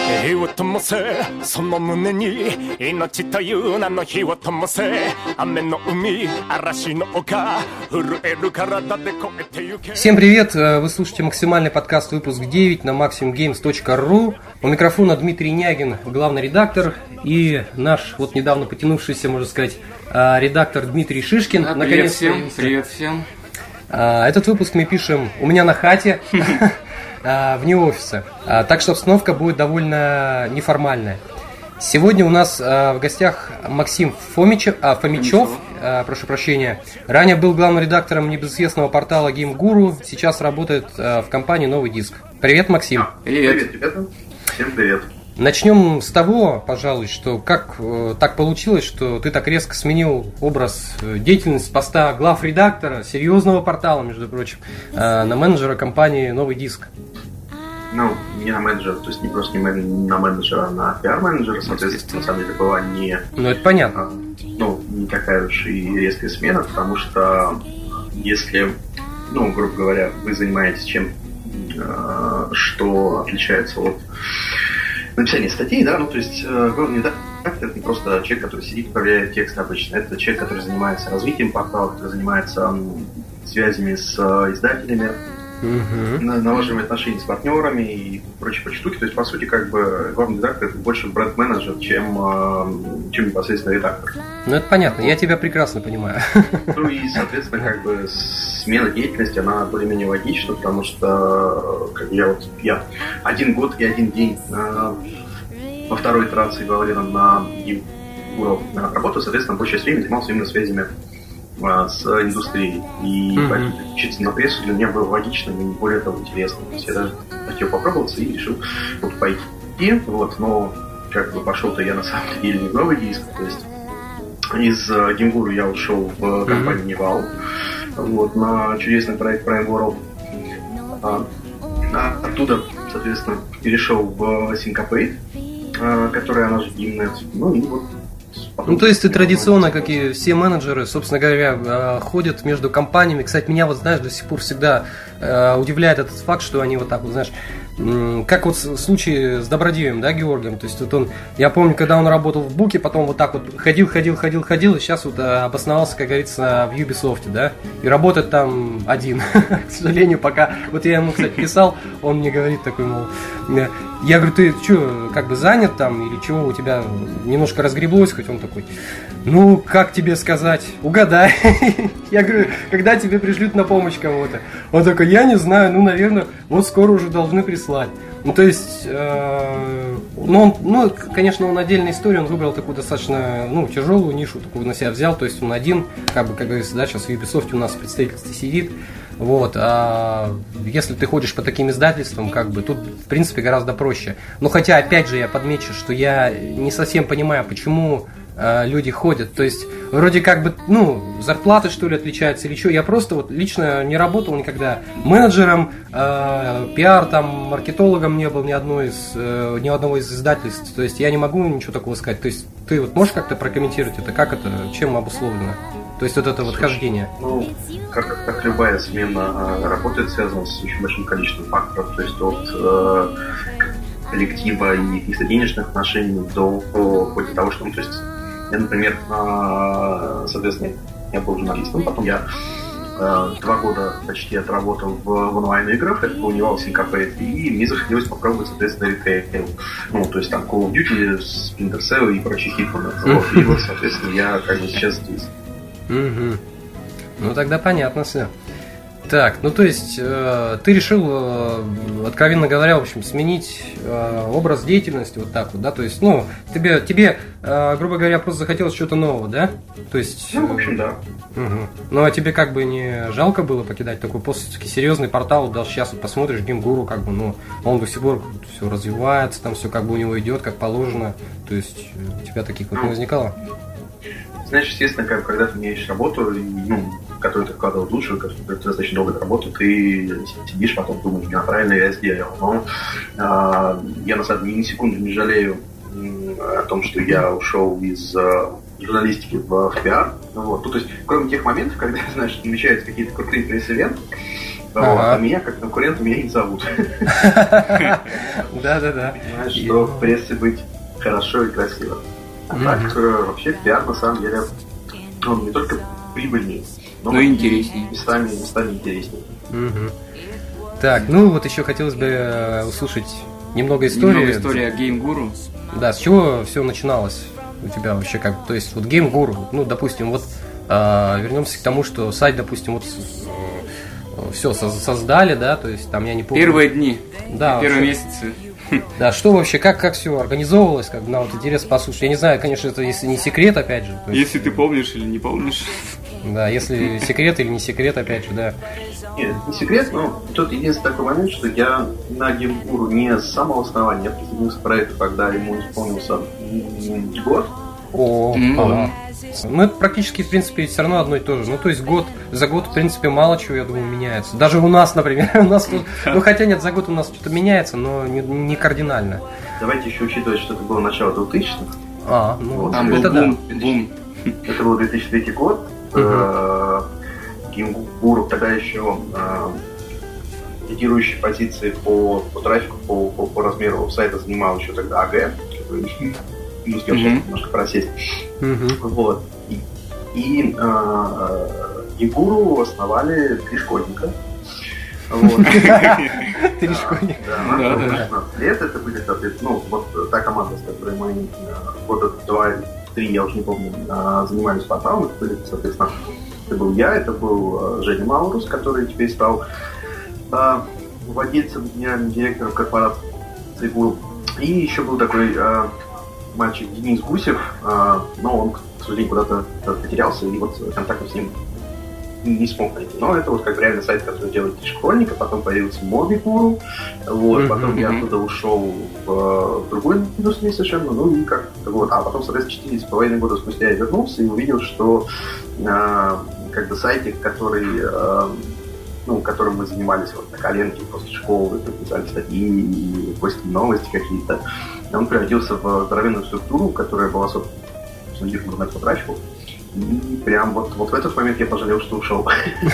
火を灯せその胸に命という名の火を灯せ雨の海嵐の丘震える体で越えてゆけ. Всем привет! Вы слушаете максимальный подкаст, выпуск 9 на maximumgames.ru. У микрофона Дмитрий Нягин, главный редактор, и наш вот недавно потянувшийся, можно сказать, редактор Дмитрий Шишкин. Привет всем! Привет всем! Этот выпуск мы пишем у меня на хате. Вне офиса. Так что обстановка будет довольно неформальная. Сегодня у нас в гостях Максим Фомичев, прошу прощения. Ранее был главным редактором небезызвестного портала GameGuru, сейчас работает в компании «Новый диск». Привет, Максим. Привет, ребята. Всем привет. Начнем с того, пожалуй, что как так получилось, что ты так резко сменил образ деятельности поста главредактора серьезного портала, между прочим, на менеджера компании «Новый диск». Ну, не на менеджера, то есть не просто не на менеджера, а на пиар-менеджера, соответственно, на самом деле была не... Ну, это понятно. Не такая уж и резкая смена, потому что если, грубо говоря, вы занимаетесь чем, что отличается от написания статей, да, то есть главный редактор это не просто человек, который сидит и проверяет текст обычно, это человек, который занимается развитием портала, который занимается связями с издателями, налаживаем отношения с партнерами и прочие штуки. То есть, по сути, главный редактор это больше бренд-менеджер, чем непосредственно редактор. Ну, это понятно, я тебя прекрасно понимаю. Ну и, соответственно, смена деятельности, она более-менее логична, потому что я 1 год и 1 день во второй итерации говорил на GameGuru работу, соответственно, большую часть времени занимался именно связями с индустрией. И учиться на прессу для меня было логичным и более того интересным. То есть я даже хотел попробоваться и решил пойти. Но пошел-то я на самом деле не в Новый диск. То есть из GameGuru я ушел в компанию Neval на чудесный проект Prime World. Оттуда, соответственно, перешел в Syncopate, которая она же Gimnet. То есть ты традиционно, как и все менеджеры, собственно говоря, ходят между компаниями. Кстати, меня до сих пор всегда удивляет этот факт, что они как в случае с Добродеевым, да, Георгием. То есть я помню, когда он работал в Буке, потом ходил, и сейчас обосновался, как говорится, в Ubisoft, да, и работает там один. К сожалению, пока, я ему, кстати, писал, он мне говорит такой, я говорю, ты что, занят там, или чего, у тебя немножко разгреблось, хоть он такой, как тебе сказать, угадай. Я говорю, когда тебе пришлют на помощь кого-то? Он такой, я не знаю, наверное, скоро уже должны прислать. То есть, конечно, он отдельная история, он выбрал такую достаточно, тяжелую нишу, такую на себя взял, то есть он один, как говорится, да, сейчас в Ubisoft у нас в представительстве сидит, а если ты ходишь по таким издательствам, тут, в принципе, гораздо проще. Но хотя, опять же, я подмечу, что я не совсем понимаю, почему люди ходят, то есть вроде зарплаты что ли отличаются или что, я просто лично не работал никогда менеджером, пиар маркетологом не был ни одного из издательств, то есть я не могу ничего такого сказать, то есть ты можешь как-то прокомментировать это, чем обусловлено, то есть это хождение? Как любая смена работы связана с очень большим количеством факторов, то есть от коллектива и каких-то денежных отношений до того, что, я, например, соответственно, я был журналистом, потом я 2 года почти отработал в онлайн-играх, это был Neval Syncopate, и мне захотелось попробовать, соответственно, ритейл. То есть там Call of Duty, Splinter Cell и прочие хитманы. И соответственно, я сейчас здесь. Тогда понятно все. Так, то есть ты решил, откровенно говоря, в общем, сменить образ деятельности да, то есть, тебе, грубо говоря, просто захотелось чего-то нового, да? То есть... в общем, да. А тебе не жалко было покидать такой все-таки серьезный портал, даже сейчас посмотришь, GameGuru, он до сих пор все развивается, там все у него идет, как положено, то есть у тебя таких не возникало? Знаешь, естественно, когда ты меняешь работу, которую ты вкладывал в лучшую, которую ты достаточно долго работал, ты сидишь, потом думаешь, правильно я сделал. Но я, на самом деле, ни секунды не жалею о том, что я ушел из журналистики в пиар. То есть, кроме тех моментов, когда, намечаются какие-то крутые пресс-ивенты, А меня как конкурента меня не зовут. Да-да-да. Понимаешь, что в прессе быть хорошо и красиво. А так, вообще, пиар, на самом деле, он не только прибыльней, но и интереснее. Местами интереснее. Так, ну вот еще хотелось бы услышать немного истории. Немного истории о Game-Guru. Да, с чего все начиналось у тебя вообще как? То есть вот Game-Guru, ну, допустим, вот вернемся к тому, что сайт, допустим, вот все создали, да, то есть там я не помню. Первые дни, да, первые месяцы. Да, что вообще, как все организовывалось, как на вот интересно послушать. Я не знаю, конечно, это если не секрет, опять же. Если ты помнишь или не помнишь. Да, если секрет или не секрет, опять же, да. Нет, не секрет, но тут единственный такой момент, что я на Game-Guru не с самого основания, я присоединился к проекту, когда ему исполнился год. Ну, это практически, в принципе, все равно одно и то же. Ну, то есть за год, в принципе, мало чего, я думаю, меняется. Даже у нас, например, ну, хотя нет, за год у нас что-то меняется, но не кардинально. Давайте еще учитывать, что это было начало 2000-х. Ну, там был бум. Это был 2003 год. Game-Guru тогда еще лидирующие позиции по трафику, по размеру сайта занимал еще тогда АГ, который не успел немножко просесть. Вот. И Game-Guru основали 3 школьника. Три школьника. Да, 16 лет. Это были, соответственно, ну, вот та команда, с которой мы года 2-3, я уже не помню, занимались порталом. Это были, соответственно, это был я, это был Женя Маурус, который теперь стал владельцем, генеральным директором корпорации Guru. И еще был такой мальчик Денис Гусев, но он, к сожалению, куда-то потерялся, и вот контактов с ним не смог найти. Но это вот как реально сайт, который делает 3 школьника, потом появился Mobi-Guru, вот, потом я оттуда ушел в другую индустрию совершенно, ну и как вот, а потом, соответственно, 4,5 года спустя я вернулся и увидел, что как бы сайтик, которым мы занимались вот на коленке после школы, писали статьи и постили новости какие-то, он превратился в здоровенную структуру, которая была, собственно, интернет по трафику. И прям вот в этот момент я пожалел, что ушел.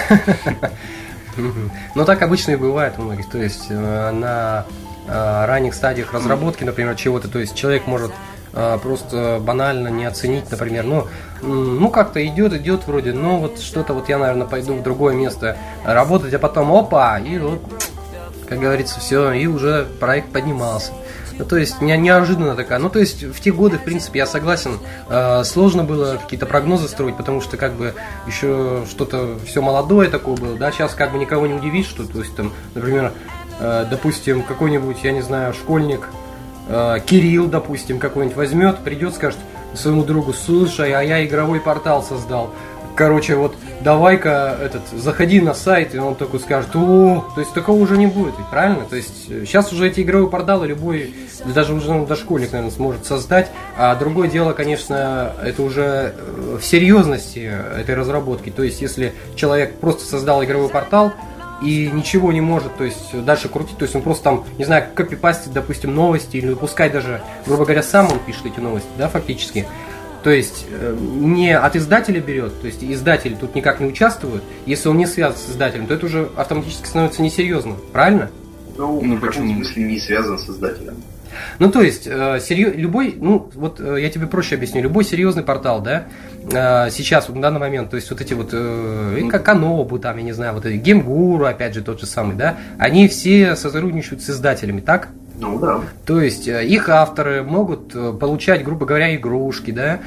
Ну, так обычно и бывает у многих. То есть на ранних стадиях разработки, например, чего-то, то есть человек может просто банально не оценить, например, ну как-то идет вроде, но вот что-то вот я, наверное, пойду в другое место работать, а потом опа, и вот, как говорится, все, и уже проект поднимался. Ну, то есть неожиданно такая. Ну, то есть в те годы, в принципе, я согласен, сложно было какие-то прогнозы строить, потому что как бы еще что-то все молодое такое было, да, сейчас как бы никого не удивишь, что, то есть там, например, допустим, какой-нибудь, я не знаю, школьник, Кирилл, допустим, какой-нибудь возьмет, придет, скажет своему другу: слушай, а я игровой портал создал. Короче, вот давай-ка заходи на сайт, и он такой скажет: о, то есть такого уже не будет, ведь правильно? То есть сейчас уже эти игровые порталы любой, даже уже дошкольник, наверное, сможет создать. А другое дело, конечно, это уже в серьезности этой разработки. То есть если человек просто создал игровой портал и ничего не может, то есть дальше крутить, то есть он просто там, не знаю, копипастит, допустим, новости, или пускай даже, грубо говоря, сам он пишет эти новости, да, фактически. То есть не от издателя берет, то есть издатель тут никак не участвует. Если он не связан с издателем, то это уже автоматически становится несерьезно, правильно? Ну в каком смысле не связан с издателем? Ну, то есть, любой, ну, вот я тебе проще объясню, любой серьезный портал, да, сейчас, вот, на данный момент, то есть, вот эти вот, как Канобу, там, я не знаю, вот эти Game-Guru, опять же, тот же самый, да, они все сотрудничают с издателями, так? Ну, да. То есть, их авторы могут получать, грубо говоря, игрушки, да,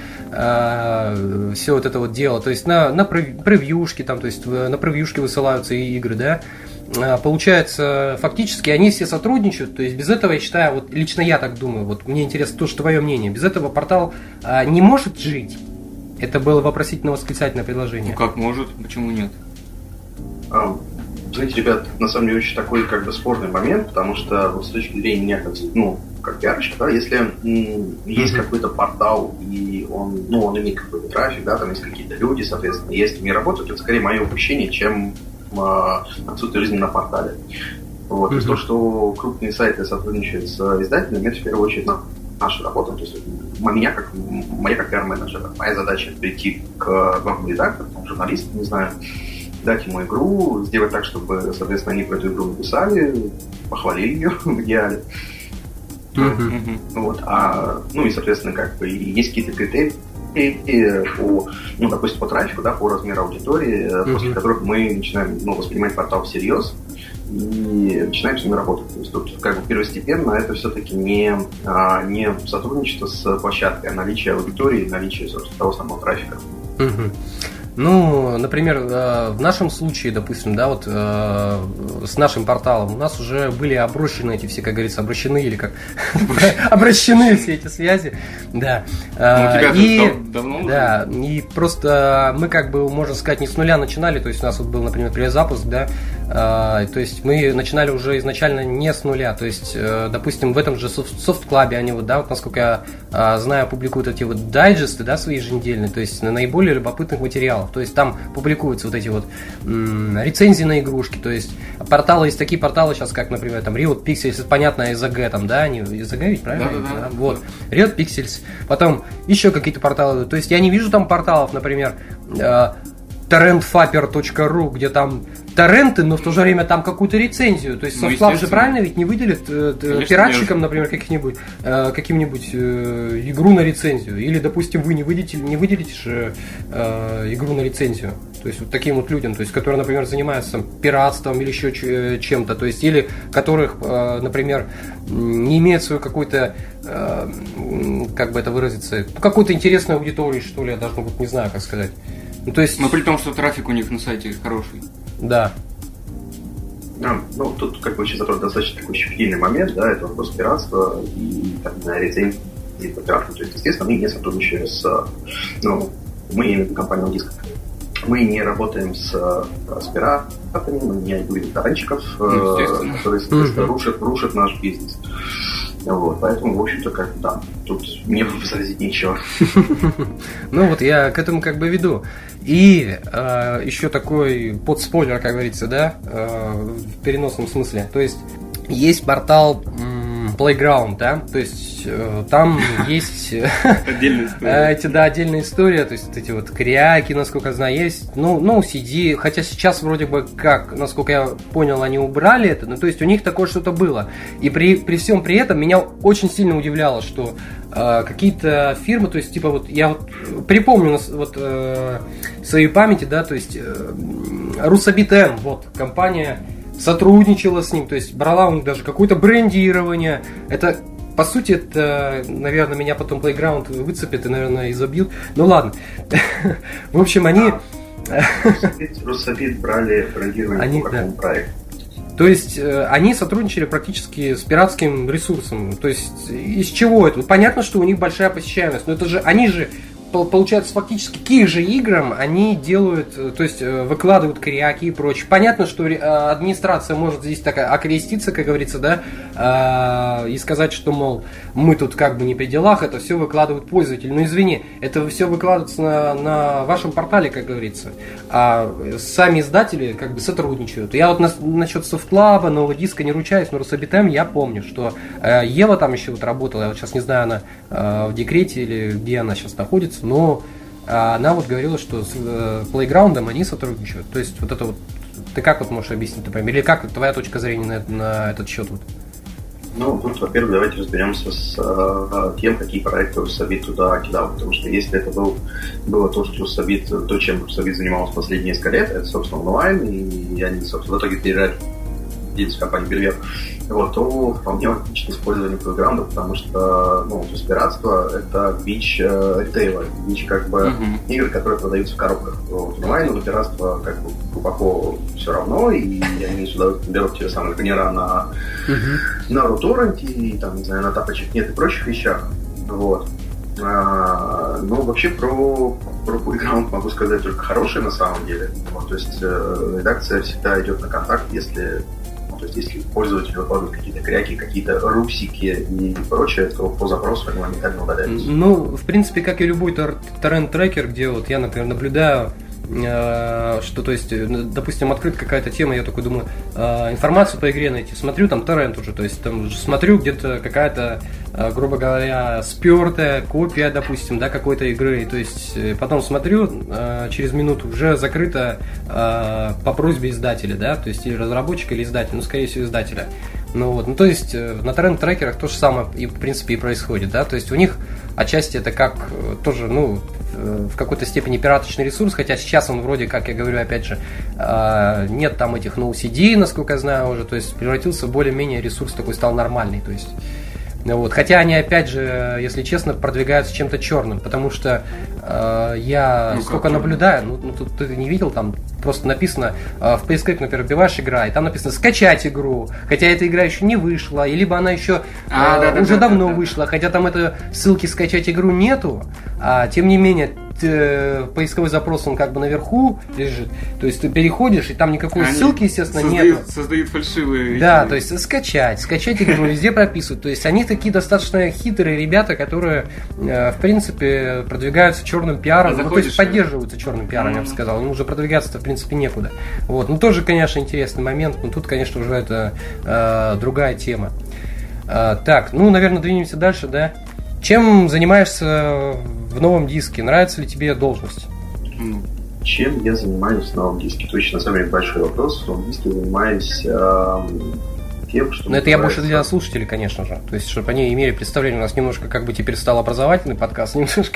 все вот это вот дело, то есть, на превьюшки, там, то есть, на превьюшки высылаются и игры, да. Получается, фактически они все сотрудничают, то есть без этого, я считаю, вот лично я так думаю, вот мне интересно тоже твое мнение, без этого портал не может жить. Это было вопросительно-восклицательное предложение. Ну как может, почему нет? Знаете, ребят, на самом деле очень такой как бы спорный момент, потому что вот с точки зрения меня, как пиарщика, да, если есть какой-то портал и он имеет какой-то трафик, да, там есть какие-то люди, соответственно, если не работают, это скорее мое упущение, чем отсутствие жизни на портале. Вот. То есть то, что крупные сайты сотрудничают с издателями, это в первую очередь наша работа. То есть моя как пиар-менеджера, моя задача прийти к главному редактору, журналисту, не знаю, дать ему игру, сделать так, чтобы, соответственно, они про эту игру написали, похвалили ее в идеале. Вот, ну и, соответственно, как бы есть какие-то критерии по, ну, допустим, по трафику, да, по размеру аудитории, после которых мы начинаем, ну, воспринимать портал всерьез и начинаем с ними работать. То есть тут как бы первостепенно это все-таки не сотрудничество с площадкой, а наличие аудитории, наличие, собственно, того самого трафика. Ну, например, в нашем случае, допустим, да, вот с нашим порталом у нас уже были обращены эти все, как говорится, обращены или как обращены все эти связи, да. И давно да, и просто мы, как бы, можно сказать, не с нуля начинали, то есть у нас вот был, например, перезапуск, да, то есть мы начинали уже изначально не с нуля, то есть, допустим, в этом же софт-клабе они вот, да, вот, насколько я знаю, публикуют эти вот дайджесты, да, свои еженедельные, то есть на наиболее любопытных материалов, то есть там публикуются вот эти вот рецензии на игрушки, то есть порталы, есть такие порталы сейчас, как, например, там Riot Pixels, это понятно, SG там, да, они SG ведь, правильно? Да. Вот, Riot Pixels, потом еще какие-то порталы, то есть я не вижу там порталов, например, torrentfapper.ru, где там торренты, но в то же время там какую-то рецензию. То есть софтлаб же правильно ведь не выделит пиратчикам, например, каким-нибудь игру на рецензию. Или, допустим, вы не выделите же игру на рецензию. То есть вот таким вот людям, то есть, которые, например, занимаются пиратством или еще чем-то, то есть, или которых, например, не имеют свою какую-то, как бы это выразиться, какую-то интересную аудиторию, что ли, я даже не знаю, как сказать. Ну, то есть... Но при том, что трафик у них на сайте хороший. Да. Ну, тут как бы сейчас достаточно такой щепетильный момент, да, это вопрос пиратства и рецензии по пиратству. То есть, естественно, мы не сотрудничаем с... Ну, мы именно компания Диск. Мы не работаем с пиратами, мы не будем торрентчиков, которые, соответственно, рушат наш бизнес. Вот, поэтому, в общем-то, как да, тут мне возразить нечего. Ну вот я к этому как бы веду. И еще такой подспойлер, как говорится, да, в переносном смысле. То есть есть портал Playground, да, то есть там есть отдельная история, то есть вот эти вот кряки, насколько я знаю, есть, ну, CD, хотя сейчас вроде бы как, насколько я понял, они убрали это, ну, то есть у них такое что-то было, и при всем при этом меня очень сильно удивляло, что какие-то фирмы, то есть типа вот, я вот припомню вот в своей памяти, да, то есть Rusabit, вот, компания сотрудничала с ним, то есть брала у них даже какое-то брендирование. Это, по сути, это, наверное, меня потом Playground выцепит и, наверное, изобьют. Ну ладно. В общем, они... Rusabit брали брендирование по какому проекту? То есть они сотрудничали практически с пиратским ресурсом. То есть из чего это? Понятно, что у них большая посещаемость, но это же они же, получается, фактически какие же играм они делают, то есть выкладывают кряки и прочее. Понятно, что администрация может здесь так окреститься, как говорится, да, и сказать, что, мол, мы тут как бы не при делах, это все выкладывают пользователи. Но извини, это все выкладывается на вашем портале, как говорится. А сами издатели как бы сотрудничают. Я вот насчет софтлаба, нового диска не ручаюсь, но Rusabit я помню, что Ева там еще вот работала, я вот сейчас не знаю, она в декрете или где она сейчас находится, но она вот говорила, что с Playground они сотрудничают. То есть вот это вот, ты как вот можешь объяснить, например, или как твоя точка зрения на этот счет? Вот? Ну, тут, во-первых, давайте разберемся с тем, какие проекты Rusabit туда кидал, потому что если это было то, что Rusabit, то, чем Rusabit занимался последние несколько лет, это, собственно, онлайн, и они, собственно, в итоге переиграли деятельность компании Бельвер, вот, то вполне логично использование Playground, потому что, ну, то есть пиратство — это бич ритейла, бич как бы игр, которые продаются в коробках. Вот, онлайн, но пиратство как бы глубоко все равно, и они сюда берут те самые баннера на RuTorrent, и там, не знаю, на тапочек нет и прочих вещах. Вот. Но вообще про Playground могу сказать только хорошее на самом деле. Вот, то есть редакция всегда идет на контакт, если пользователь выкладывает какие-то кряки, какие-то русики и прочее, то по запросу они моментально удаляются. Ну, в принципе, как и любой торрент-трекер, где вот я, например, наблюдаю, что, то есть, допустим, открыта какая-то тема, я такой думаю, информацию по игре найти, смотрю, там торрент уже, то есть, там смотрю, где-то какая-то грубо говоря, спертая копия, допустим, да, какой-то игры. То есть потом смотрю, через минуту уже закрыто по просьбе издателя, да, то есть или разработчика, или издателя, ну, скорее всего, издателя. Ну вот, ну то есть на торрент-трекерах то же самое и в принципе и происходит, да, то есть у них отчасти это как тоже, ну, в какой-то степени пираточный ресурс, хотя сейчас он вроде, как я говорю, опять же, нет там этих NoCD, насколько я знаю уже, то есть превратился в более-менее ресурс такой, стал нормальный, то есть. Вот. Хотя они, опять же, если честно, продвигаются чем-то черным, потому что я сколько наблюдаю, ну тут ты не видел, там просто написано в поисковик, например, вбиваешь игра, и там написано скачать игру, хотя эта игра еще не вышла, и либо она еще уже давно вышла, хотя там этой ссылки скачать игру нету, тем не менее поисковой запрос, он как бы наверху лежит, то есть ты переходишь, и там никакой ссылки, естественно, нет. Создают фальшивые. Да, то есть скачать игру везде прописывают, то есть они такие достаточно хитрые ребята, которые, в принципе, продвигаются черным пиаром, ну, то есть поддерживаются черным пиаром, я бы сказал, им уже продвигаться-то, в принципе, некуда. Вот, ну тоже, конечно, интересный момент, но тут, конечно, уже это другая тема. Так, ну, наверное, двинемся дальше, да? Чем занимаешься в новом диске? Нравится ли тебе должность? Чем я занимаюсь в новом диске? Это очень, на самом деле, большой вопрос. В новом диске занимаюсь тем, что... Но это я больше для слушателей, конечно же. То есть, чтобы они имели представление. У нас немножко как бы теперь стал образовательный подкаст, немножко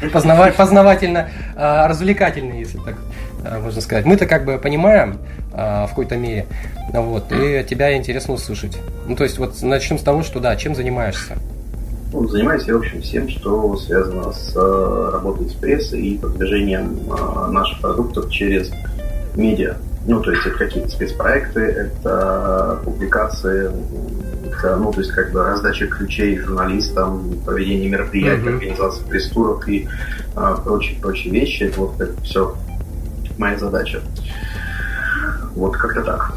познавательно-развлекательный, если так можно сказать. Мы-то как бы понимаем в какой-то мере. Вот, и тебя интересно услышать. Ну, то есть, вот начнем с того, что да, чем занимаешься? Ну, занимаюсь я, в общем, всем, что связано с работой с прессой и продвижением наших продуктов через медиа. Ну, то есть это какие-то спецпроекты, это публикации, это, ну, то есть как бы раздача ключей журналистам, проведение мероприятий, организация пресс-туров и прочие вещи. Это вот это все моя задача. Вот как-то так.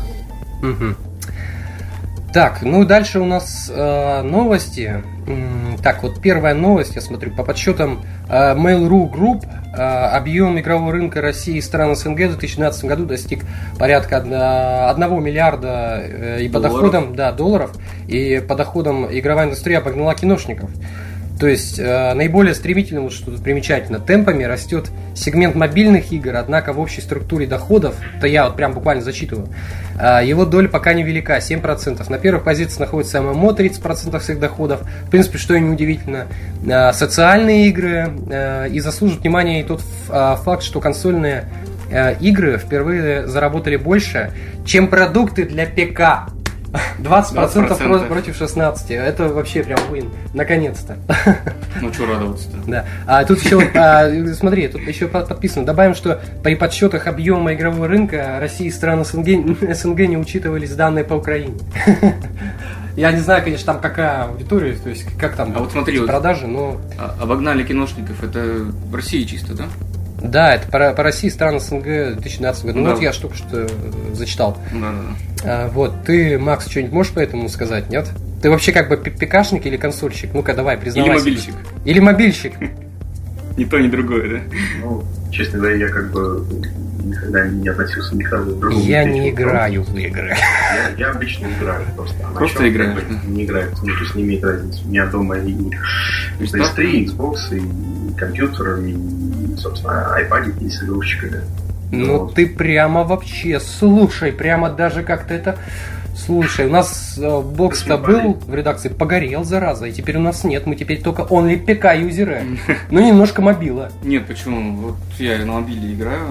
Так, ну дальше у нас новости. Так, вот первая новость, я смотрю, по подсчетам Mail.ru Group, объем игрового рынка России и стран СНГ в 2012 году достиг порядка 1 миллиарда и по доходам, да, долларов, и по доходам игровая индустрия обогнала киношников. То есть наиболее стремительно, вот что тут примечательно, темпами растет сегмент мобильных игр, однако в общей структуре доходов, то я вот прям буквально зачитываю, его доля пока невелика, 7%. На первых позициях находится ММО, 30% всех доходов. В принципе, что и неудивительно, социальные игры, и заслуживает внимания и тот факт, что консольные игры впервые заработали больше, чем продукты для ПК. 20% против 16%. Это вообще прям win. Наконец-то. Ну, что радоваться-то? Да. А тут еще, смотри, тут еще подписано. Добавим, что при подсчетах объема игрового рынка России и стран СНГ не учитывались данные по Украине. Я не знаю, конечно, там какая аудитория, то есть как там вот смотри, продажи, но... Обогнали киношников, это в России чисто, да? Да, это по России, страны СНГ 2012 года. Ну, вот я ж только что зачитал. Да. Вот, ты, Макс, что-нибудь можешь по этому сказать, нет? Ты вообще как бы ПКшник или консольщик? Ну-ка, давай, признавайся. Или мобильщик. Ни то, ни другое, да? Ну, честно говоря, я как бы никогда не относился ни к одному другому. Я не играю в игры. Я обычно играю просто. Просто играю? Не играю, ну, то есть не имеет разницы. У меня дома и PS3, Xbox, и компьютер, и, собственно, iPad и с игрушечками. Ну, вот. Ты прямо вообще, слушай, прямо даже как-то это... Слушай, у нас бокс-то был в редакции, погорел, зараза, и теперь у нас нет, мы теперь только only ПК-юзеры. Ну, немножко мобила. Нет, почему? Вот я на мобиле играю.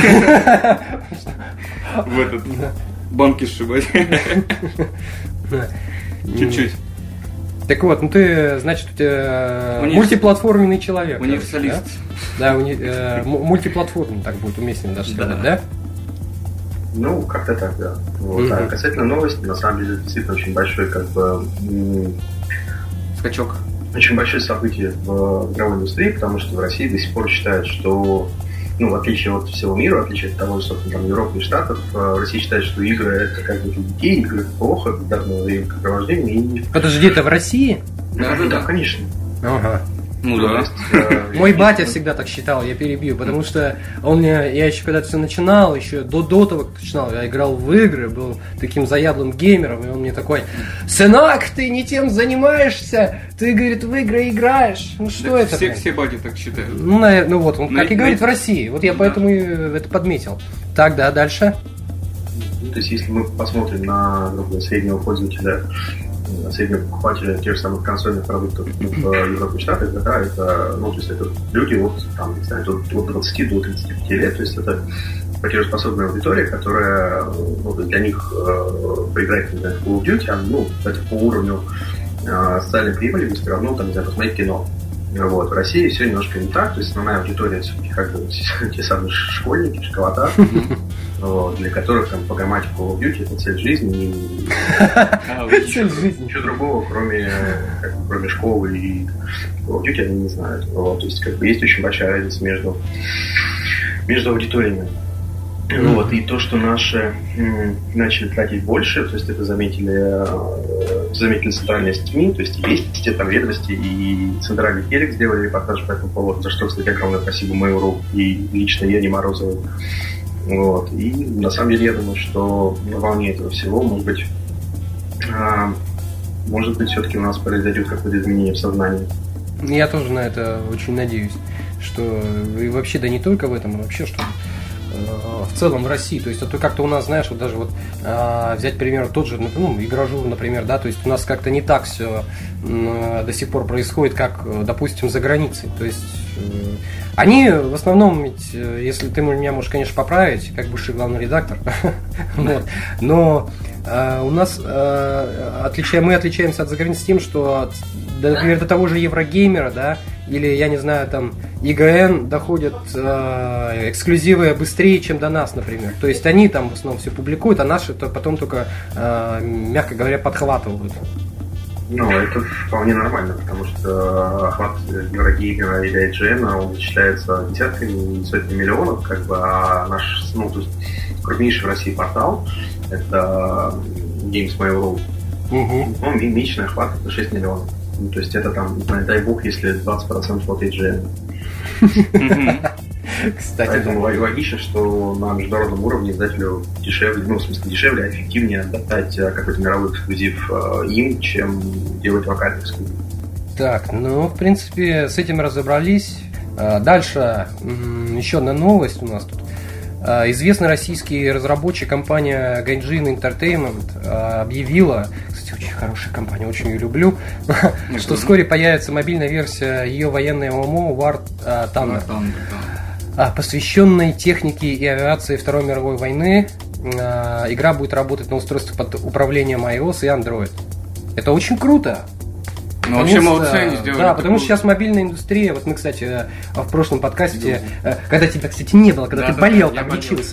В этот... банки сшибать. Чуть-чуть. Так вот, ну ты, значит, мультиплатформенный человек. Универсалист. Да, мультиплатформенный, так будет уместнее даже сказать, да? Ну, как-то так, да. Вот. А касательно новости, на самом деле, действительно очень большой, как бы... скачок. Очень большое событие в игровой индустрии, потому что в России до сих пор считают, что, ну, в отличие от всего мира, в отличие от того, что там Европы и Штатов, Россия считает, что игры это как бы для детей, игры это плохо, для времяпрепровождения. И... Подожди, это в России? Да, конечно. Ага. Ну да. Мой батя всегда так считал, я перебью, потому что я еще когда все начинал, еще до того, как начинал, я играл в игры, был таким заядлым геймером, и он мне такой: сынок, ты не тем занимаешься, ты, говорит, в игры играешь. Ну что это? Все бати так считают. Ну вот, он как и говорит в России, вот я поэтому это подметил. Так, да, дальше. То есть, если мы посмотрим на, грубо говоря, среднего пользователя, среднего покупателя тех же самых консольных продуктов в Европе и Штатах, да, это, ну, то есть это люди от 20 до 35 лет, то есть это платежеспособная аудитория, которая, ну, для них поиграть, например, в Call of Duty, ну, кстати, по уровню социальной прибыли все равно, там, не знаю, посмотреть кино. Вот. В России все немножко не так, то есть основная аудитория все-таки как бы те самые школьники, школота, вот, для которых там погамать в Call of Duty это цель жизни и ничего другого, кроме школы и Call of Duty они не знают. Вот. То есть как бы есть очень большая разница между аудиториями. Вот, и то, что наши начали тратить больше, то есть это заметили центральные СМИ, то есть есть там ведомости, и центральный телек сделали репортаж по этому поводу, за что, кстати, огромное спасибо Mail.ru и лично Ене Морозовой. Вот, и на самом деле я думаю, что на волне этого всего, может быть, все-таки у нас произойдет какое-то изменение в сознании. Я тоже на это очень надеюсь, что и вообще, да не только в этом, а вообще, что в целом в России, то есть это как-то у нас, знаешь, вот даже вот взять, к примеру, тот же, ну, Игражур, например, да, то есть у нас как-то не так все до сих пор происходит, как, допустим, за границей, то есть они в основном, ведь, если ты меня можешь, конечно, поправить, как бывший главный редактор, но у нас мы отличаемся от заграницы тем, что, например, до того же Еврогеймера, да, или, я не знаю, там, ИГН доходят эксклюзивы быстрее, чем до нас, например. То есть они там в основном все публикуют, а наши то потом только, мягко говоря, подхватывают. Ну, это вполне нормально, потому что охват Еврогеймера или IGN, он вычисляется десятками, сотнями миллионов, как бы, а наш, ну, то есть крупнейший в России портал, это Games.Mail.ru, ну, месячный охват это 6 миллионов. Ну, то есть это там, дай бог, если 20% от IGN. Кстати, поэтому логично, что на международном уровне издателю дешевле, ну, в смысле дешевле, а эффективнее отдать какой-то мировой эксклюзив им, чем делать локальный эксклюзив. Так, ну, в принципе, с этим разобрались. Дальше еще одна новость у нас тут. Известный российский разработчик, компания Gaijin Entertainment, объявила, кстати, очень хорошая компания, очень ее люблю, что вскоре появится мобильная версия ее военной ММО War Thunder, посвященной технике и авиации Второй мировой войны. Игра будет работать на устройствах под управлением iOS и Android. Это очень круто. Ну, вообще молодцы они сделали. Да, потому что сейчас мобильная индустрия, вот мы, кстати, в прошлом подкасте, когда тебя, кстати, не было, когда ты болел, там лечился,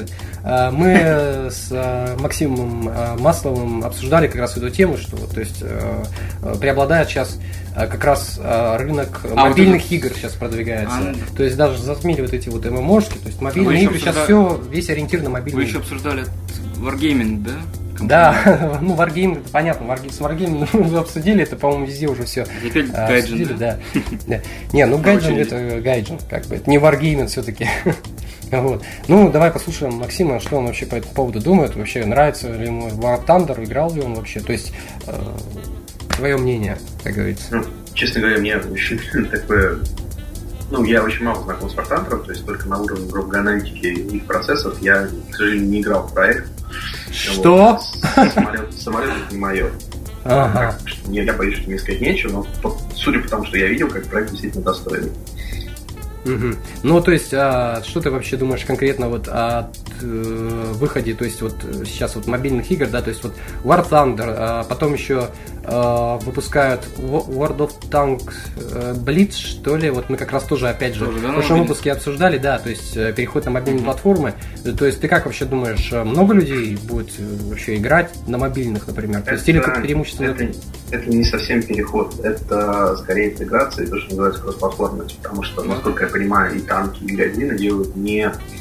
мы с Максимом Масловым обсуждали как раз эту тему, что, то есть, преобладает сейчас как раз рынок мобильных игр сейчас продвигается. То есть даже затмили вот эти вот ММОшки, то есть мобильные игры сейчас все, весь ориентир на мобильные. Вы еще обсуждали Wargaming, да? Да, ну Wargaming, это понятно, с Wargaming мы обсудили, это, по-моему, везде уже все обсудили, да. Не, ну Gaijin это Gaijin, как бы, это не Wargaming все-таки. Вот. Ну, давай послушаем Максима, что он вообще по этому поводу думает, вообще нравится ли ему War Thunder, играл ли он вообще, то есть твое мнение, как говорится. Ну, честно говоря, мне очень такое... Ну, я очень мало знаком с War Thunder, то есть только на уровне, грубо говоря, аналитики их процессов. Я, к сожалению, не играл в проект. Что? Вот. Самолет это не мое. Ага. Я боюсь, что мне сказать нечего, но судя по тому, что я видел, как проект действительно достойный. Угу. Ну, то есть, что ты вообще думаешь конкретно вот о выходе, то есть вот сейчас вот мобильных игр, да, то есть вот War Thunder, потом еще выпускают World of Tanks Blitz, что ли, вот мы как раз тоже, опять же, в прошлом выпуске обсуждали, да, то есть переход на мобильные платформы, то есть ты как вообще думаешь, много людей будет вообще играть на мобильных, например, то есть или как преимущественно... Это не совсем переход, это скорее интеграция, и то, что называется кроссплатформенность, потому что, насколько я понимаю, и танки, и Gaijin делают не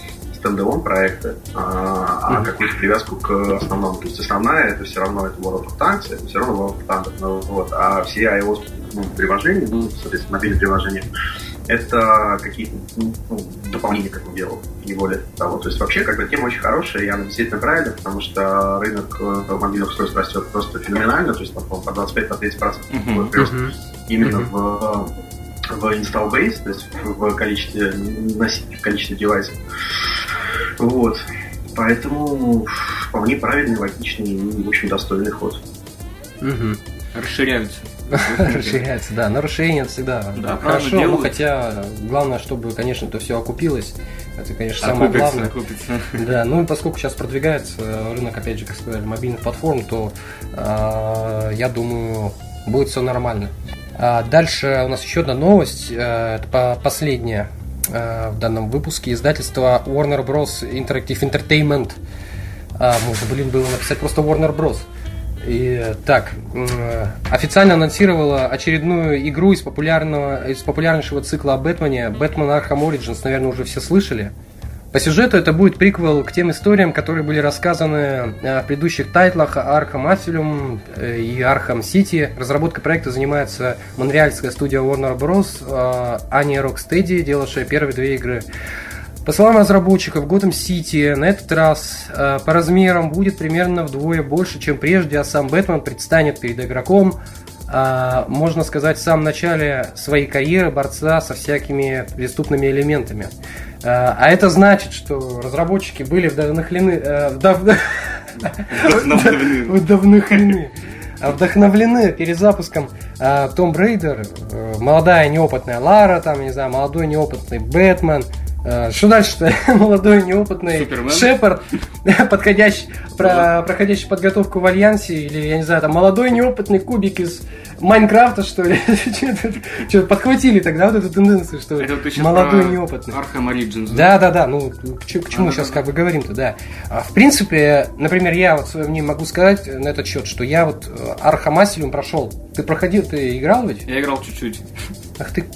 стендалон проекты, какую-то привязку к основному. То есть основная, это все равно это World of Tanks, это все равно World of Thunder. Ну, вот. А все iOS приложения, соответственно, мобильные приложения, это какие-то дополнения к этому делу, не более того. То есть вообще, как бы, тема очень хорошая, и она действительно правильная, потому что рынок мобильных устройств растет просто феноменально, то есть там, по 25-30% прирост именно в install base, то есть в количестве носителей, в количестве девайсов. Вот. Поэтому, по мне, правильный, логичный и, в общем, достойный ход. Расширяются. Расширяется, да. Нарушение это всегда хорошо, но хотя главное, чтобы, конечно, это все окупилось. Это, конечно, самое главное. Да, ну и поскольку сейчас продвигается рынок, опять же, как сказали, мобильных платформ, то я думаю, будет все нормально. Дальше у нас еще одна новость, это последняя в данном выпуске. Издательство Warner Bros. Interactive Entertainment. Можно, было написать просто Warner Bros. И так, официально анонсировала очередную игру из популярнейшего цикла о Бэтмене, Batman Arkham Origins, наверное, уже все слышали. По сюжету это будет приквел к тем историям, которые были рассказаны в предыдущих тайтлах Arkham Asylum и Arkham City. Разработкой проекта занимается монреальская студия Warner Bros., а не Rocksteady, делавшая первые две игры. По словам разработчиков, Gotham City на этот раз по размерам будет примерно вдвое больше, чем прежде, а сам Бэтмен предстанет перед игроком, можно сказать, в самом начале своей карьеры борца со всякими преступными элементами. А это значит, что разработчики были вдохновлены перезапуском Tomb Raider, молодая неопытная Лара, там, не знаю, молодой неопытный Бэтмен. Что дальше-то? Молодой неопытный Супермен. Шепард, проходящий подготовку в Альянсе, или, я не знаю, там молодой неопытный Кубик из Майнкрафта, что ли? Что-то подхватили тогда вот эту тенденцию, что молодой неопытный. Arkham Origins. Да, ну к чему сейчас как бы говорим-то, да. В принципе, например, я вот свое мнение могу сказать на этот счет, что я вот Arkham Asylum прошел. Ты проходил, ты играл ведь? Я играл чуть-чуть. Ах ты,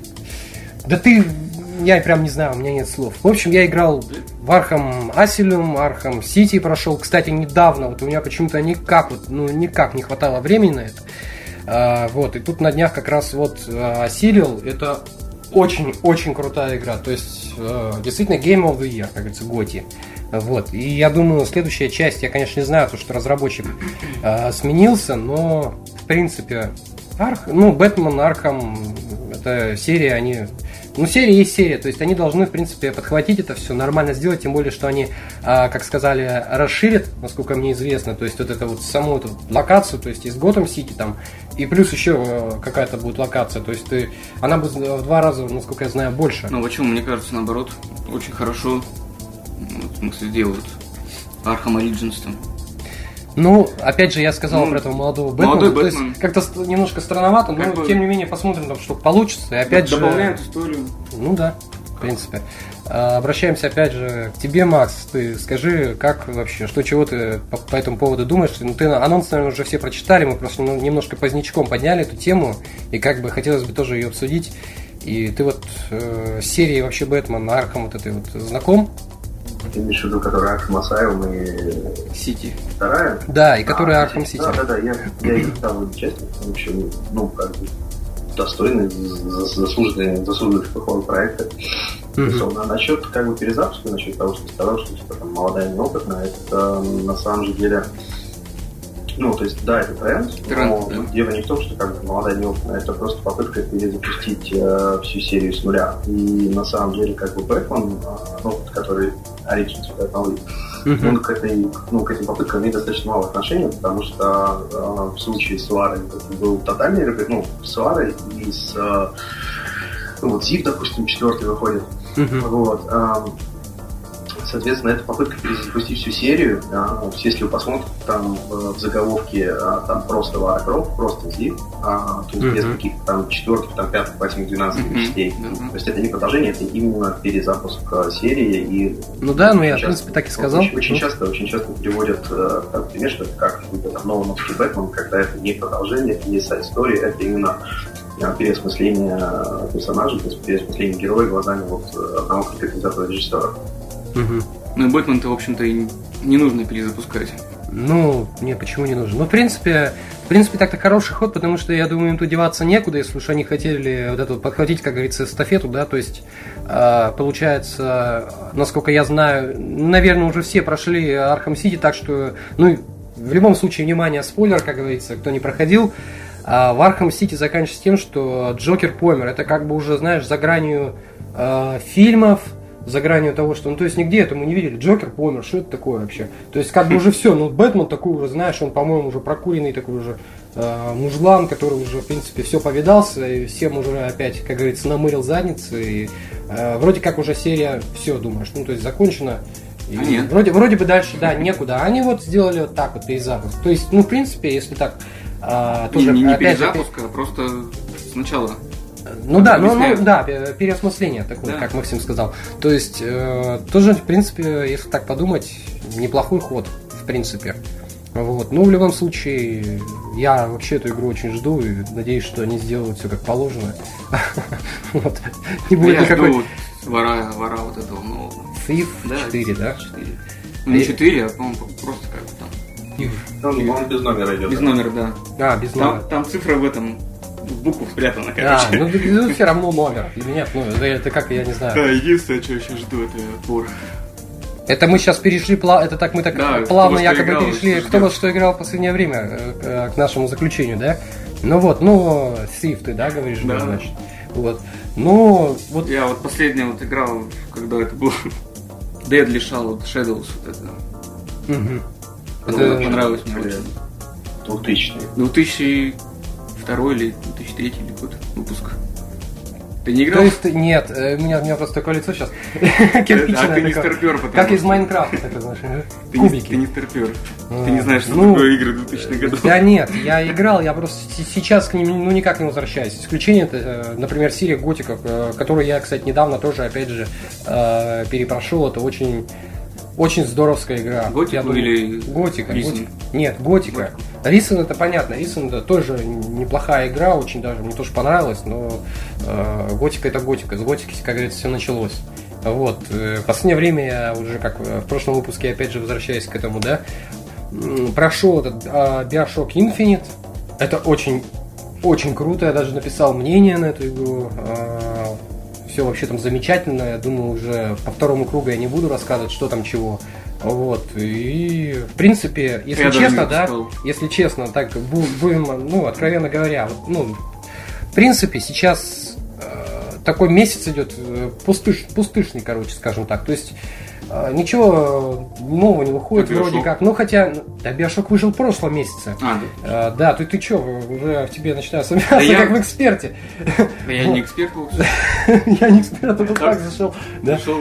я прям не знаю, у меня нет слов. В общем, я играл в Arkham Asylum, Arkham City прошел. Кстати, недавно, вот у меня почему-то никак не хватало времени на это. Вот, и тут на днях как раз вот осилил. Это очень-очень крутая игра. То есть, действительно, Game of the Year, как говорится, GOTY. Вот, и я думаю, следующая часть, я, конечно, не знаю, то, что разработчик сменился, но, в принципе, Бэтмен, Арkham, это серия, серия есть серия, то есть они должны, в принципе, подхватить это все, нормально сделать, тем более, что они, как сказали, расширят, насколько мне известно, то есть вот эту вот саму эту локацию, то есть из Готэм Сити там, и плюс еще какая-то будет локация, то есть она будет в 2 раза, насколько я знаю, больше. Ну, почему? Мне кажется, наоборот, очень хорошо, в смысле, делают Arkham Origins там. Ну, опять же, я сказал про этого молодого Бэтмена. То есть, как-то немножко странновато, но тем не менее посмотрим, там, что получится. И опять добавляют историю. Ну да, в принципе. Обращаемся опять же к тебе, Макс. Ты скажи, как вообще, чего ты по этому поводу думаешь? Ты анонс, наверное, уже все прочитали, мы просто немножко позднячком подняли эту тему, и как бы хотелось бы тоже ее обсудить. И ты вот с серией вообще Бэтмен, Арkham вот этой вот знаком? Ты имеешь в виду, которая Arkham Asylum и Сити. Вторая? Да, и которая Arkham City. Да, я их там честно, в общем, как бы достойный, заслуженный поход проекта. Насчет как бы перезапуска, насчет того, что ты сказал, что типа там молодая неопытная, это на самом же деле. То есть, да, это тренд, но дело не в том, что как бы молодая неопытная, это просто попытка перезапустить всю серию с нуля. И на самом деле, как бы Бэтмен, который Origins, он к этим попыткам имеет достаточно мало отношения, потому что в случае с Ларой был тотальный ребят, с Ларой и с Зив, допустим, 4-й выходит. Вот. Соответственно, это попытка перезапустить всю серию. Если вы посмотрите, там в заголовке там просто Лара Крофт, просто Зив, то есть без каких-то там 4-х, там 5-х, 8-х, 12-х частей. То есть это не продолжение, это именно перезапуск серии. И я в принципе так и сказал. Очень часто приводят как пример, что это как новый Бэтмен, когда это не продолжение, это не сайд-стори, это именно переосмысление персонажей, переосмысление героя глазами одного конкретного режиссера. Мгм. Ну и Бэтмен-то, в общем-то, и не нужно перезапускать. Ну, не, почему не нужен? Ну, в принципе, так-то хороший ход, потому что, я думаю, им тут деваться некуда, если уж они хотели вот это вот подхватить, как говорится, эстафету, да, то есть, получается, насколько я знаю, наверное, уже все прошли Arkham City, так что, ну, в любом случае, внимание, спойлер, как говорится, кто не проходил, в Arkham City заканчивается тем, что Джокер помер, это как бы уже, знаешь, за гранью фильмов, за гранью того, что, ну, то есть нигде это мы не видели, Джокер помер, что это такое вообще? То есть как бы уже все, ну, Бэтмен такой уже, знаешь, он, по-моему, уже прокуренный такой уже мужлан, который уже, в принципе, все повидался, и всем уже опять, как говорится, намырил задницы, и вроде как уже серия, все, думаешь, ну, то есть закончена. И нет. Вроде бы дальше, да, некуда. А они вот сделали вот так вот перезапуск. То есть, ну, в принципе, если так, тоже, не опять же, перезапуск, а просто сначала. ну да, объясняют. переосмысление такое, Да. как Максим сказал. То есть, тоже, в принципе, если так подумать, неплохой ход, в принципе. Вот. Ну, в любом случае, я вообще эту игру очень жду и надеюсь, что они сделают все как положено. Вот. Не А будет я никакой жду вора вот этого нового. Thief Да, 4, да? 4. Ну, не 4, а, по-моему, просто как там. Он без номера идет. Без номера, да. Без номера. Там цифра в этом, в букву спрятана, Да, короче. ну все равно номер. Для меня номер. Это как, я не знаю. Да, единственное, что я сейчас жду, это вор. Это мы сейчас перешли, мы так Да, плавно кто во что якобы играл, перешли, что кто во ждёт. что играл в последнее время, к нашему заключению, да? Ну вот, ну, Thief ты, да, говоришь, Да. значит? Вот. Ну, вот, Я вот последний вот играл, когда это был Deadly Shadows, вот это. мгм. Это понравилось мне очень. 2000-е. 2002 или 2003 или год выпуск. Ты не То играл? есть, нет, у меня просто такое лицо сейчас А кирпичное ты не такое. старпер, потому Как из что Майнкрафта, такое, знаешь, ты кубики. не старпер. А, Ты не знаешь, что ну, такое игры 2000-х годов. Да нет, я играл, я просто сейчас к ним ну, никак не возвращаюсь. Исключение, это, например, серия Готиков, которую я, кстати, недавно тоже, опять же, перепрошел. Это очень, очень здоровская игра. Готику Я думаю, или Готика? Risen? Нет, Готика. Risen это понятно, Risen это тоже неплохая игра, очень даже, мне тоже понравилось, но Готика это Готика. С Готики, как говорится, все началось. Вот. В последнее время я уже, как в прошлом выпуске, опять же, возвращаясь к этому, да, прошел этот Bioshock Infinite. Это очень, очень круто. Я даже написал мнение на эту игру. Все вообще там замечательно. Я думаю, уже по второму кругу я не буду рассказывать, что там чего. Вот. И в принципе, если Я даже честно, не да, читал. если честно, так будем, ну, откровенно говоря, вот, ну, в принципе, сейчас такой месяц идет пустышный, короче, скажем так. То есть ничего нового не выходит, А вроде Bioshock? как. Ну, хотя, да, Bioshock вышел в прошлом месяце. Да. Да, ты чё, уже в тебе начинаю сомневаться, Да я- как в эксперте. Да я не эксперт вовсе. Я не эксперт, а тут Так. так зашел. Да. Зашел.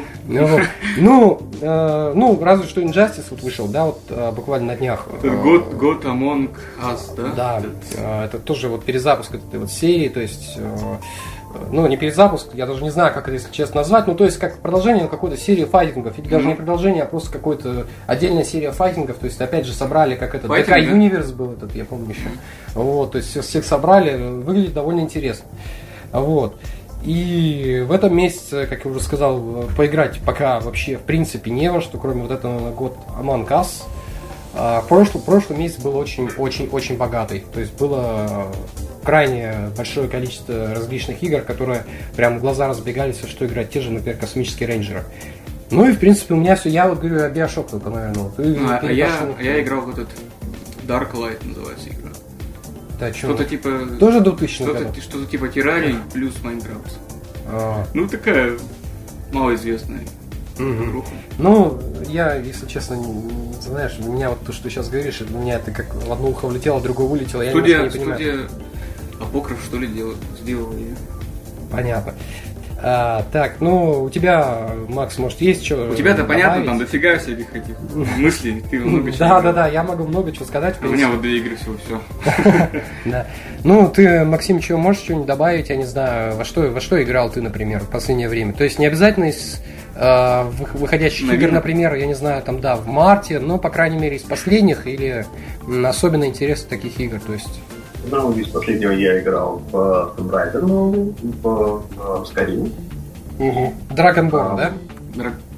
Ну, разве что Injustice вот вышел, да, вот буквально на днях. God Among Us, да? Да, это тоже вот перезапуск этой вот серии, то есть, ну, не перезапуск, я даже не знаю, как это, если честно, назвать, ну, то есть, как продолжение какой-то серии файтингов, или даже не продолжение, а просто какой-то отдельная серия файтингов, то есть, опять же, собрали, как этот, Файтинг, ДК да? Universe был этот, я помню еще, вот, то есть, всех собрали, выглядит довольно интересно, вот. И в этом месяце, как я уже сказал, поиграть пока вообще в принципе не во что, кроме вот этого God Among Us. Прошлый месяц был очень богатый. То есть было крайне большое количество различных игр, которые прям глаза разбегались, что играть, те же, например, космические рейнджеры. Ну и в принципе у меня все, я вот говорю о Bioshock только, наверное. Вот. Я играл в этот Dark Light, называется игра. Да, Что-то типа... Тоже 2000 году? Что-то типа Террарий плюс Майнкрафт. А, Ну, такая малоизвестная мгм. игруха. Ну, я, если честно, знаешь, у меня вот то, что сейчас говоришь, у меня это как в одно ухо влетело, в другое вылетело, я немножко не понимаю. Студия Апокриф, что ли, сделала ее. Понятно. Так, ну, у тебя, Макс, может, есть что У тебя-то понятно, добавить? там дофига всяких этих мыслей, ты много чего Да, играл. я могу много чего сказать. в А у меня принципе. вот 2 игры всего, все. Да. Ну, ты, Максим, чего можешь что-нибудь добавить, я не знаю, во что играл ты, например, в последнее время? То есть не обязательно из выходящих игр, Новинок? например, я не знаю, там, да, в марте, но, по крайней мере, из последних или особенно интересных таких игр, то есть... Ну, из последнего я играл в Tomb Raider, в Skyrim. Dragonborn, да?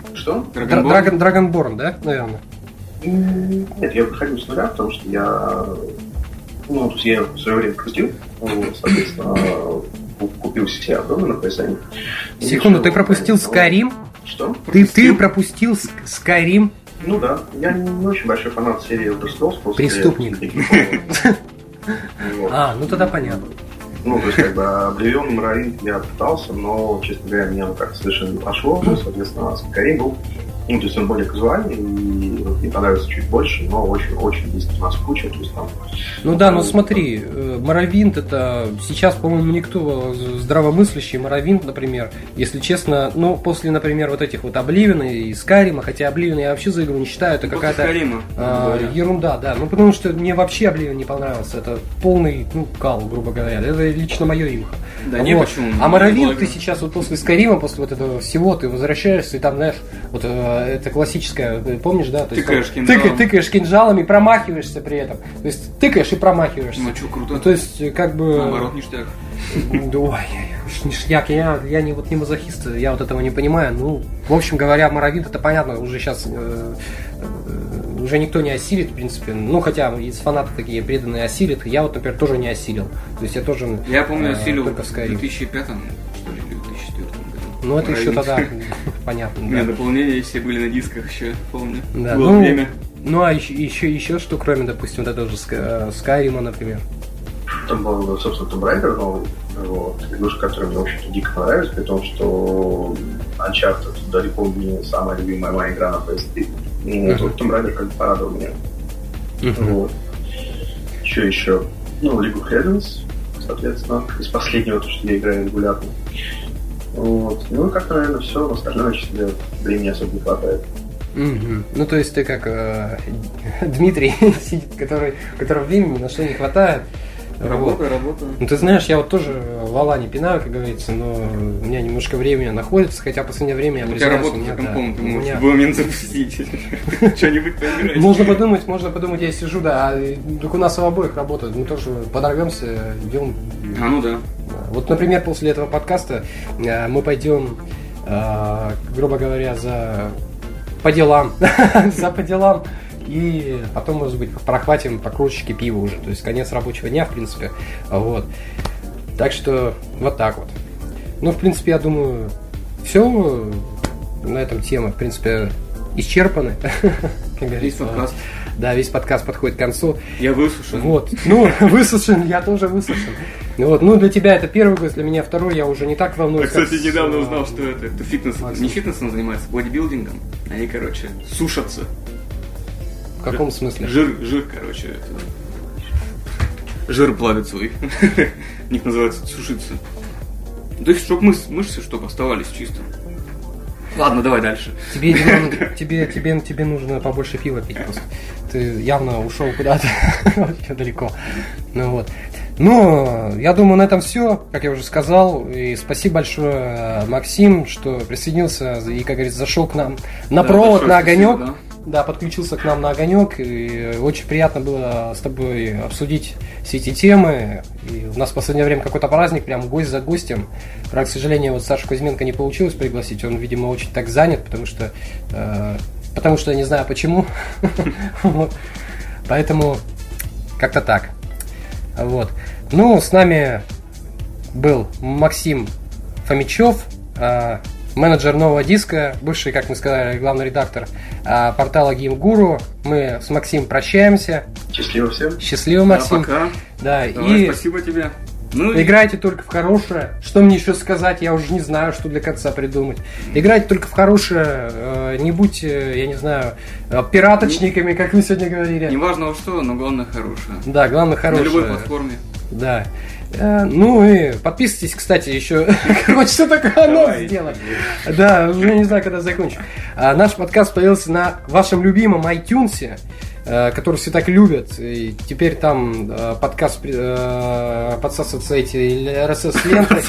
Что? Dragonborn, да, наверное? Нет, я выходил с нуля, потому что я в свое время крутил, соответственно, купил себе объемы на PSN. Секунду, ты пропустил Skyrim? Что? Ты пропустил Skyrim? Ну да, я не очень большой фанат серии Elder Scrolls. Преступник. Ну тогда понятно. То есть, Oblivion, Morrowind я пытался, но, честно говоря, меня как-то совершенно не прошло. Соответственно, Skyrim был, то есть он более казуальный, и мне понравился чуть больше, но очень быстро наскучил. То есть, там, смотри, Morrowind это сейчас, по-моему, никто здравомыслящий Morrowind, например, если честно, после, например, вот этих вот Oblivion и Skyrim, хотя Oblivion я вообще за игру не считаю, это какая-то ерунда, да, потому что мне вообще Oblivion не понравился, это полный, кал, грубо говоря, это лично мое имхо. Да, не почему. А Morrowind ты сейчас вот после Skyrim, после вот этого всего, ты возвращаешься и там, знаешь, вот это классическое, помнишь, да? То есть, тыкаешь кинжалом и промахиваешься при этом. То есть тыкаешь и промахиваешься. Ну что, круто. То есть, наоборот, ништяк. Ой, ништяк. Я не мазохист, я вот этого не понимаю. В общем говоря, Morrowind, это понятно, уже сейчас уже никто не осилит, в принципе. Хотя есть фанаты такие преданные осилят. Я вот, например, тоже не осилил. То есть я тоже. Я помню, осилил только в 2005 что ли, или 2004 году. Это еще тогда понятно. У меня дополнения все были на дисках еще, помню. Да, было время. А еще что, кроме, допустим, вот этого же Skyrim, например? Там был, собственно, Tomb Raider новый, игрушка, которая мне, в общем-то, дико понравилась, при том, что Uncharted далеко не самая любимая моя игра на PS3. Tomb Raider как бы порадовал меня. Еще. League of Legends, соответственно, из последнего, то, что я играю регулярно. И как-то, наверное, все, но остальное, честно говоря, времени особо не хватает. То есть ты как Дмитрий сидит, которого времени на что не хватает. Работа. Ты знаешь, я вот тоже вала не пинаю, как говорится, но у меня немножко времени находится, хотя в последнее время я признаюсь, у тебя работа за компом, ты можешь в любой момент запустить что-нибудь поиграть. Можно подумать, я сижу, да, только у нас у обоих работают, мы тоже подорвемся, идем. Да. Вот, например, после этого подкаста мы пойдем, грубо говоря, по делам, и потом, может быть, прохватим по кружечке пива уже. То есть конец рабочего дня, в принципе. Так что вот так вот. В принципе, я думаю, все на этом тема, в принципе, исчерпаны. Весь подкаст. Да, весь подкаст подходит к концу. Я высушен. Высушен, я тоже высушен. Для тебя это первый гость, для меня второй, я уже не так волнуюсь. Я, кстати, недавно узнал, что это фитнес. Не фитнесом занимается, бодибилдингом. Они, сушатся. В каком смысле? Жир, жир плавит свой. У них называется сушиться. То есть, чтобы мышцы чтобы оставались чисто. Ладно, давай дальше. Тебе нужно побольше пива пить просто. Ты явно ушел куда-то далеко. Я думаю, на этом все, как я уже сказал. И спасибо большое, Максим, что присоединился и, как говорится, зашел к нам на провод, на огонек. Спасибо, Да, подключился к нам на огонек, и очень приятно было с тобой обсудить все эти темы. И у нас в последнее время какой-то праздник, прям гость за гостем. Правда, к сожалению, Сашу Кузьменко не получилось пригласить, он, видимо, очень так занят, потому что я не знаю почему. Поэтому как-то так. С нами был Максим Фомичев, менеджер Нового Диска, бывший, как мы сказали, главный редактор портала GameGuru. Мы с Максимом прощаемся. Счастливо всем. Счастливо, Максим. Пока. Да, давай, спасибо тебе. Играйте только в хорошее. Что мне еще сказать? Я уже не знаю, что для конца придумать. Играйте только в хорошее. Не будьте, я не знаю, пираточниками, как мы сегодня говорили. Неважно во что, но главное хорошее. Да, главное хорошее. На любой платформе. Да. И подписывайтесь, кстати, еще. Хочется такой анонс сделать. Да, уже не знаю, когда закончим. Наш подкаст появился на вашем любимом iTunes, который все так любят. И теперь там подкаст подсасывается эти RSS-ленты.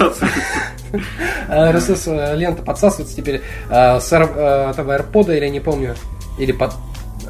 RSS-лента подсасывается теперь с этого AirPod, или не помню. Или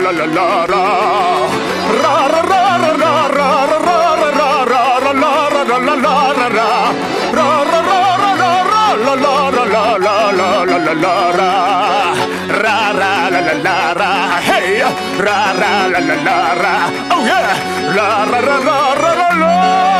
la la la ra ra ra ra ra ra ra ra ra ra ra la la la la la ra ra ra ra ra ra ra la la la la la la la la la ra ra ra la la la ra hey ra ra la la la ra oh yeah la ra ra ra ra la